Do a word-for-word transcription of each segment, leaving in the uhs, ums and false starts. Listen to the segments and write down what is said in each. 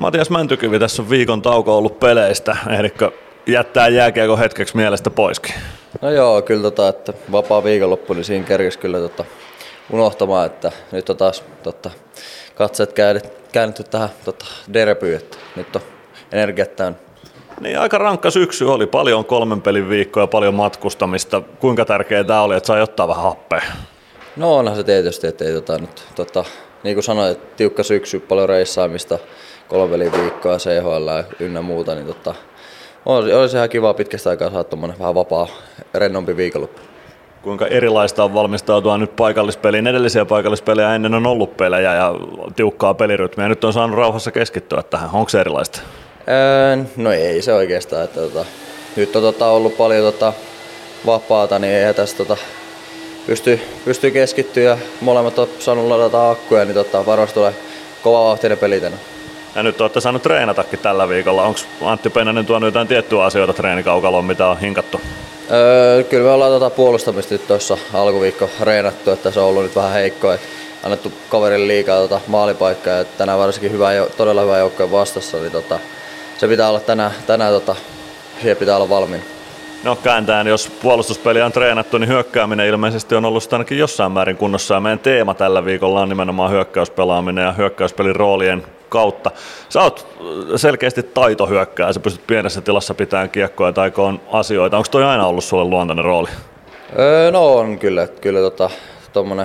Matias Mäntykivi, tässä on viikon tauko ollut peleistä. Ehdikö jättää jääkiekon hetkeksi mielestä poiskin? No joo, kyllä tota, että vapaa viikonloppu, niin siinä kerkesi kyllä tota, unohtamaan, että nyt on taas tota, katseet käännetty tähän tota, derbyyn, että nyt on energiat täynnä. Niin, aika rankka syksy oli, paljon kolmen pelin viikkoja, paljon matkustamista. Kuinka tärkeää tämä oli, että sai ottaa vähän happea? No onhan se tietysti, että ei tota, nyt, tota, niin kuin sanoin, että tiukka syksy, paljon reissaamista, kolmen pelin viikkoa, C H L ynnä muuta, niin tota, olisi, olisi ihan kiva pitkästä aikaa saada tuommoinen vähän vapaa, rennompi viikonloppu. Kuinka erilaista on valmistautua nyt paikallispeliin? Edellisiä paikallispelejä ennen on ollut pelejä ja tiukkaa pelirytmiä. Nyt on saanut rauhassa keskittyä tähän. Onko se erilaista? Öö, no ei se oikeastaan. Että, tota, nyt on tota, ollut paljon tota, vapaata, niin ei tässä tota, pysty, pysty keskittyä ja molemmat on saanut ladata akkuja, niin tota, varmasti tulee kova vauhtinen peli tänään. Ja nyt olette saanut treenatakin tällä viikolla. Onko Antti Pennanen tuonut jotain tiettyjä asioita treenikaukaloon, mitä on hinkattu? Öö, kyllä me ollaan tuota puolustamista nyt tuossa alkuviikko reenattu, että se on ollut nyt vähän heikkoa. Annettu kaverille liikaa tuota maalipaikkaa ja tänään varsinkin hyvä, todella hyvä joukkojen vastassa, niin tota, se pitää olla tänään, tänään tota, siihen pitää olla valmiina. No kääntäen, jos puolustuspeli on treenattu, niin hyökkääminen ilmeisesti on ollut ainakin jossain määrin kunnossa. Ja meidän teema tällä viikolla on nimenomaan hyökkäyspelaaminen ja hyökkäyspelin roolien kautta. Sä oot selkeästi taitohyökkääjä, sä pystyt pienessä tilassa pitämään kiekkoa ja taikoon asioita. Onko toi aina ollut sulle luontainen rooli? Öö, no on kyllä, kyllä tota, tommonen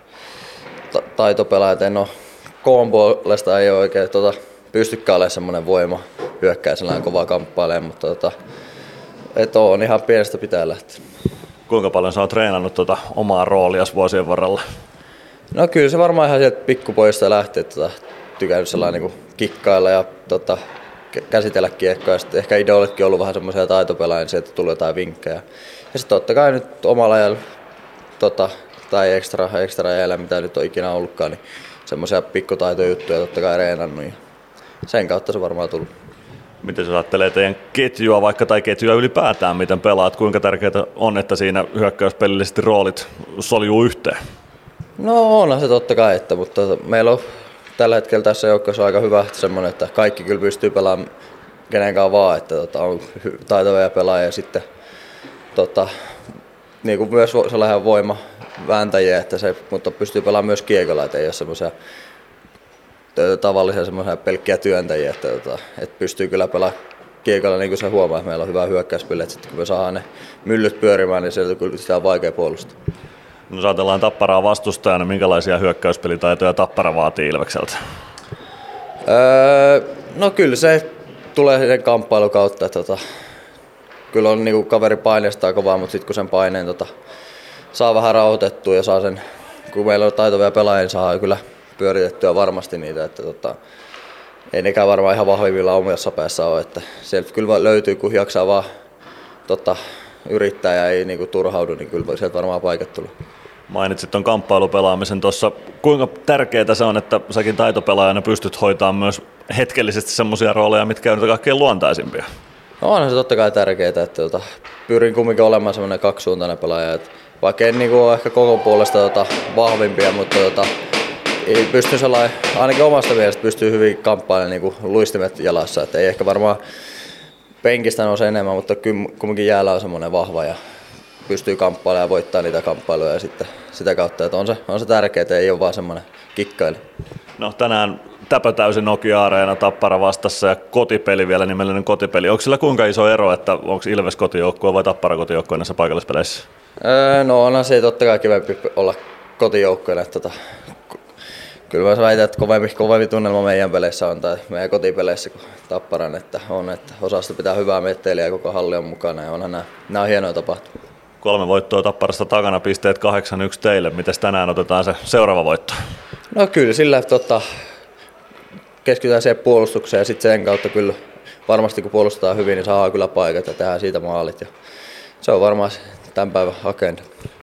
ta- taitopelaaja, en oo koon puolesta ei oikein tota, pystykään olemaan semmonen voima hyökkää sellainen kovaa kamppailemaan, mutta tota, et on ihan pienestä pitää lähteä. Kuinka paljon sä oot treenannut tota omaa roolias vuosien varrella? No kyllä se varmaan ihan sieltä pikkupojista lähtee, että tota, tykännyt sellainen niin kikkailla ja tota, käsitellä kiekkoa. Ja sitten ehkä idolitkin on ollut vähän semmoisia taitopelaajia, niin sieltä tuli jotain vinkkejä. Ja sitten totta kai nyt omalla ajalla tota, tai ekstra, ekstra ajalla, mitä nyt on ikinä ollutkaan, niin semmoisia pikkutaitojuttuja totta kai reenannut. Ja sen kautta se varmaan tullut. Miten sä ajattelee teidän ketjua vaikka tai ketjua ylipäätään, miten pelaat? Kuinka tärkeää on, että siinä hyökkäyspelillisesti roolit soljuu yhteen? No onhan se totta kai, että, mutta meillä on tällä hetkellä tässä joukkueessa aika hyvä semmoinen, että kaikki kyllä pystyy pelaamaan kenenkään vaan, että tota, on taitavia pelaajia ja sitten tota, niin kuin myös sellainen voima vääntäjiä, että se, mutta pystyy pelaamaan myös kiekolla, että ei ole semmoisia tavallisia semmoisia pelkkiä työntäjiä, että, että, että pystyy kyllä pelaamaan kiekolla niin kuin se huomaa, että meillä on hyvä hyökkäyspeli, että sitten kun me saadaan ne myllyt pyörimään, niin sieltä kyllä sitä on vaikea puolustaa. No jos ajatellaan Tapparaa vastustajana, minkälaisia hyökkäyspelitaitoja Tappara vaatii Ilvekseltä? Öö, no kyllä se tulee sen kamppailun kautta, että tota, kyllä on niinku kaveri paineistaa kovaa, mutta sitten kun sen paineen tota, saa vähän rauhoitettua ja saa sen, kun meillä on taitavia pelaajia, niin saa kyllä pyöritettyä varmasti niitä, että tota, ei nekään varmaan ihan vahvimmilla omassa päässä ole, että sieltä kyllä löytyy, kun jaksaa vaan tota, yrittää ja ei niinku turhaudu, niin kyllä sieltä varmaan paikat tulee. Mainitsit tuon kamppailupelaamisen tuossa. Kuinka tärkeää se on, että säkin taitopelaajana pystyt hoitamaan myös hetkellisesti semmoisia rooleja, mitkä on kaikkein luontaisimpia? No onhan se totta kai tärkeää, että tota, pyrin kumminkin olemaan semmoinen kaksisuuntainen pelaaja. Että vaikka en niinku ole ehkä koko puolesta tota, vahvimpia, mutta tota, pystyn sellainen, ainakin omasta mielestä pystyy hyvin kamppailemaan niinku luistimet jalassa. Että ei ehkä varmaan penkistä nouse enemmän, mutta kumminkin jäällä on semmoinen vahva ja pystyy kamppailemaan ja voittaa niitä kamppailuja ja sitten sitä kautta, että on se, on se tärkeää, että ei ole vaan semmoinen kikkaili. No tänään täpötäysin Nokia-areena Tappara vastassa ja kotipeli vielä, nimellinen kotipeli. Onko sillä kuinka iso ero, että onko Ilves kotijoukkue vai Tappara kotijoukkue näissä paikallispeleissä? Öö, no onhan se totta kai kivempi olla kotijoukkueena. Tota, kyllä mä väitän, että kovempi, kovempi tunnelma meidän peleissä on tai meidän kotipeleissä kuin Tapparan, että on, että osasta pitää hyvää metteilijää ja koko halli on mukana ja onhan nämä, nämä on hienoja tapahtumia. Kolme voittoa Tapparasta takana, pisteet kahdeksan yksi teille. Mites tänään otetaan se seuraava voitto? No kyllä sillä tota, keskitytään siihen puolustukseen ja sitten sen kautta kyllä varmasti kun puolustetaan hyvin, niin saadaan kyllä paikat ja tehdään siitä maalit. Ja se on varmaan tämän päivän agenda.